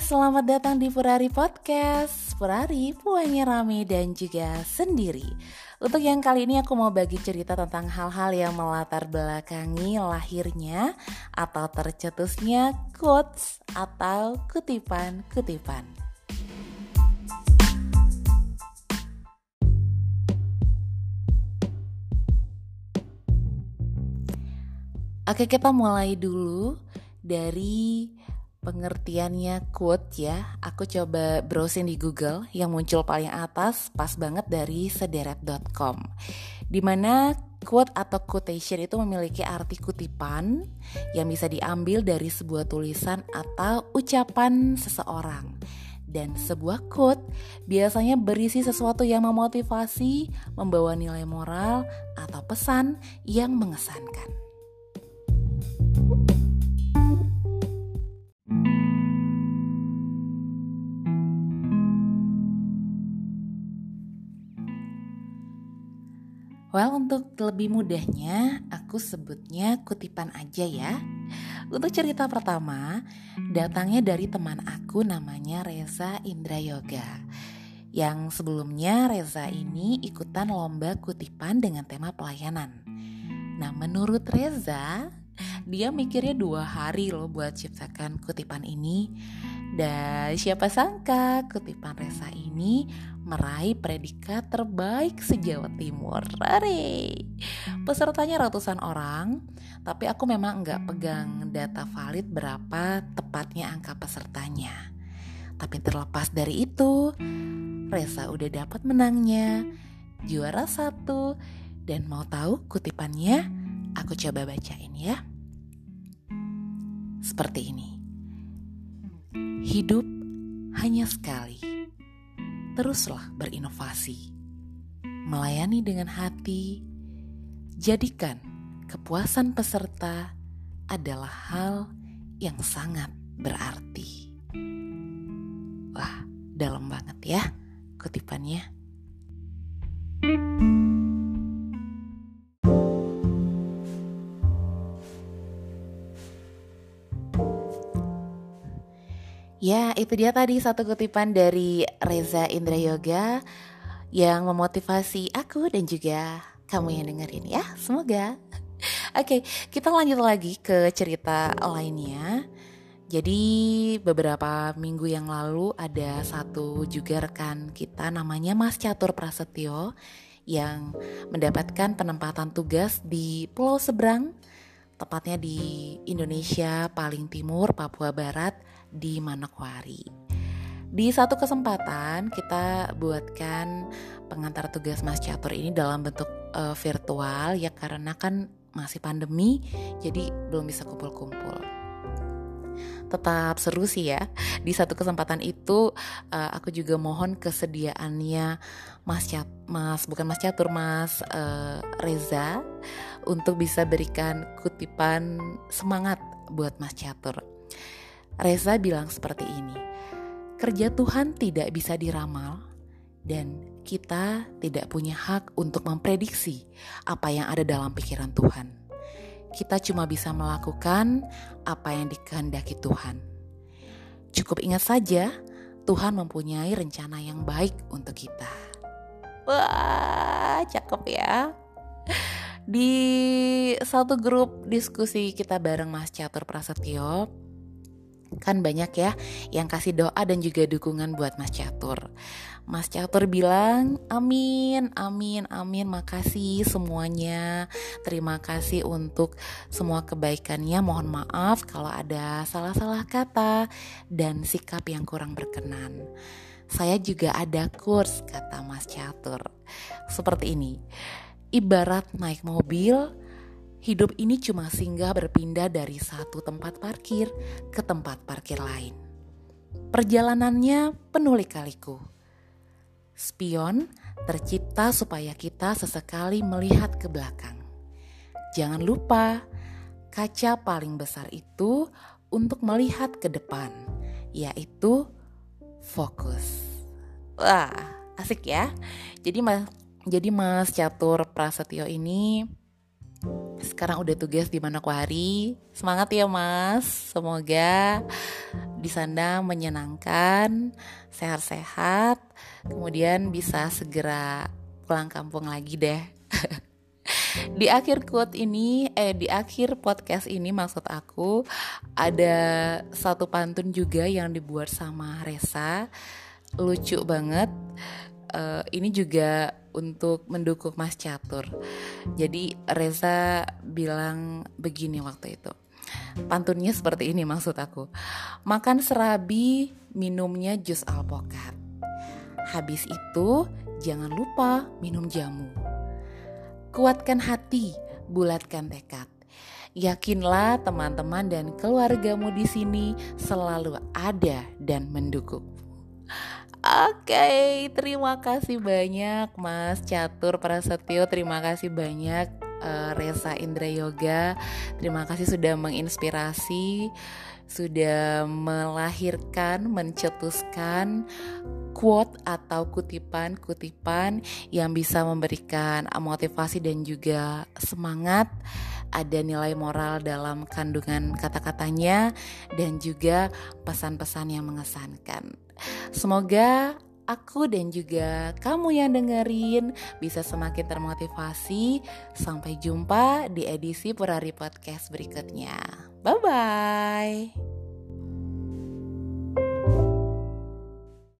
Selamat datang di Purari Podcast. Purari, puanya rame dan juga sendiri. Untuk yang kali ini aku mau bagi cerita tentang hal-hal yang melatar belakangi lahirnya atau tercetusnya quotes atau kutipan-kutipan. Oke, kita mulai dulu dari pengertiannya quote ya. Aku coba browsing di Google, yang muncul paling atas pas banget dari sederet.com, dimana quote atau quotation itu memiliki arti kutipan yang bisa diambil dari sebuah tulisan atau ucapan seseorang. Dan sebuah quote biasanya berisi sesuatu yang memotivasi, membawa nilai moral, atau pesan yang mengesankan. Well, untuk lebih mudahnya, aku sebutnya kutipan aja ya. Untuk cerita pertama, datangnya dari teman aku namanya Reza Indrayoga. Yang sebelumnya Reza ini ikutan lomba kutipan dengan tema pelayanan. Nah, menurut Reza, dia mikirnya 2 hari loh buat ciptakan kutipan ini. Dan siapa sangka kutipan Reza ini meraih predikat terbaik se-Jawa Timur. Hore! Pesertanya ratusan orang, tapi aku memang gak pegang data valid berapa tepatnya angka pesertanya. Tapi terlepas dari itu, Reza udah dapat menangnya, juara 1. Dan mau tahu kutipannya? Aku coba bacain ya. Seperti ini. Hidup hanya sekali. Teruslah berinovasi. Melayani dengan hati. Jadikan kepuasan peserta adalah hal yang sangat berarti. Wah, dalam banget ya kutipannya. Ya, itu dia tadi satu kutipan dari Reza Indrayoga yang memotivasi aku dan juga kamu yang dengerin ya, semoga. Oke, kita lanjut lagi ke cerita lainnya. Jadi beberapa minggu yang lalu ada satu juga rekan kita namanya Mas Catur Prasetyo yang mendapatkan penempatan tugas di Pulau Seberang, tepatnya di Indonesia paling timur, Papua Barat, di Manokwari. Di satu kesempatan kita buatkan pengantar tugas Mas Catur ini dalam bentuk virtual ya, karena kan masih pandemi, jadi belum bisa kumpul-kumpul. Tetap seru sih ya. Di satu kesempatan itu aku juga mohon kesediaannya Mas Reza untuk bisa berikan kutipan semangat buat Mas Catur. Reza bilang seperti ini. Kerja Tuhan tidak bisa diramal dan kita tidak punya hak untuk memprediksi apa yang ada dalam pikiran Tuhan. Kita cuma bisa melakukan apa yang dikehendaki Tuhan. Cukup ingat saja, Tuhan mempunyai rencana yang baik untuk kita. Wah, cakep ya. Di satu grup diskusi kita bareng Mas Catur Prasetyo, kan banyak ya yang kasih doa dan juga dukungan buat Mas Catur. Mas Catur bilang, amin, makasih semuanya. Terima kasih untuk semua kebaikannya. Mohon maaf kalau ada salah-salah kata dan sikap yang kurang berkenan. Saya juga ada kurs, kata Mas Catur. Seperti ini, ibarat naik mobil, hidup ini cuma singgah berpindah dari satu tempat parkir ke tempat parkir lain. Perjalanannya penuh lika-liku. Spion tercipta supaya kita sesekali melihat ke belakang. Jangan lupa, kaca paling besar itu untuk melihat ke depan, yaitu fokus. Wah, asik ya. Jadi Mas Catur Prasetyo ini sekarang udah tugas di Manokwari. Semangat ya Mas. Semoga di sana menyenangkan, sehat-sehat, kemudian bisa segera pulang kampung lagi deh. Di akhir di akhir podcast ini maksud aku ada satu pantun juga yang dibuat sama Resa, lucu banget. Ini juga untuk mendukung Mas Catur. Jadi Reza bilang begini waktu itu. Pantunnya seperti ini maksud aku. Makan serabi, minumnya jus alpukat. Habis itu jangan lupa minum jamu. Kuatkan hati, bulatkan tekad. Yakinlah teman-teman dan keluargamu di sini selalu ada dan mendukung. Oke, terima kasih banyak Mas Catur Prasetyo, terima kasih banyak Resa Indra Yoga, terima kasih sudah menginspirasi, sudah melahirkan, mencetuskan quote atau kutipan-kutipan yang bisa memberikan motivasi dan juga semangat. Ada nilai moral dalam kandungan kata-katanya dan juga pesan-pesan yang mengesankan. Semoga aku dan juga kamu yang dengerin bisa semakin termotivasi. Sampai jumpa di edisi Purari Podcast berikutnya. Bye-bye.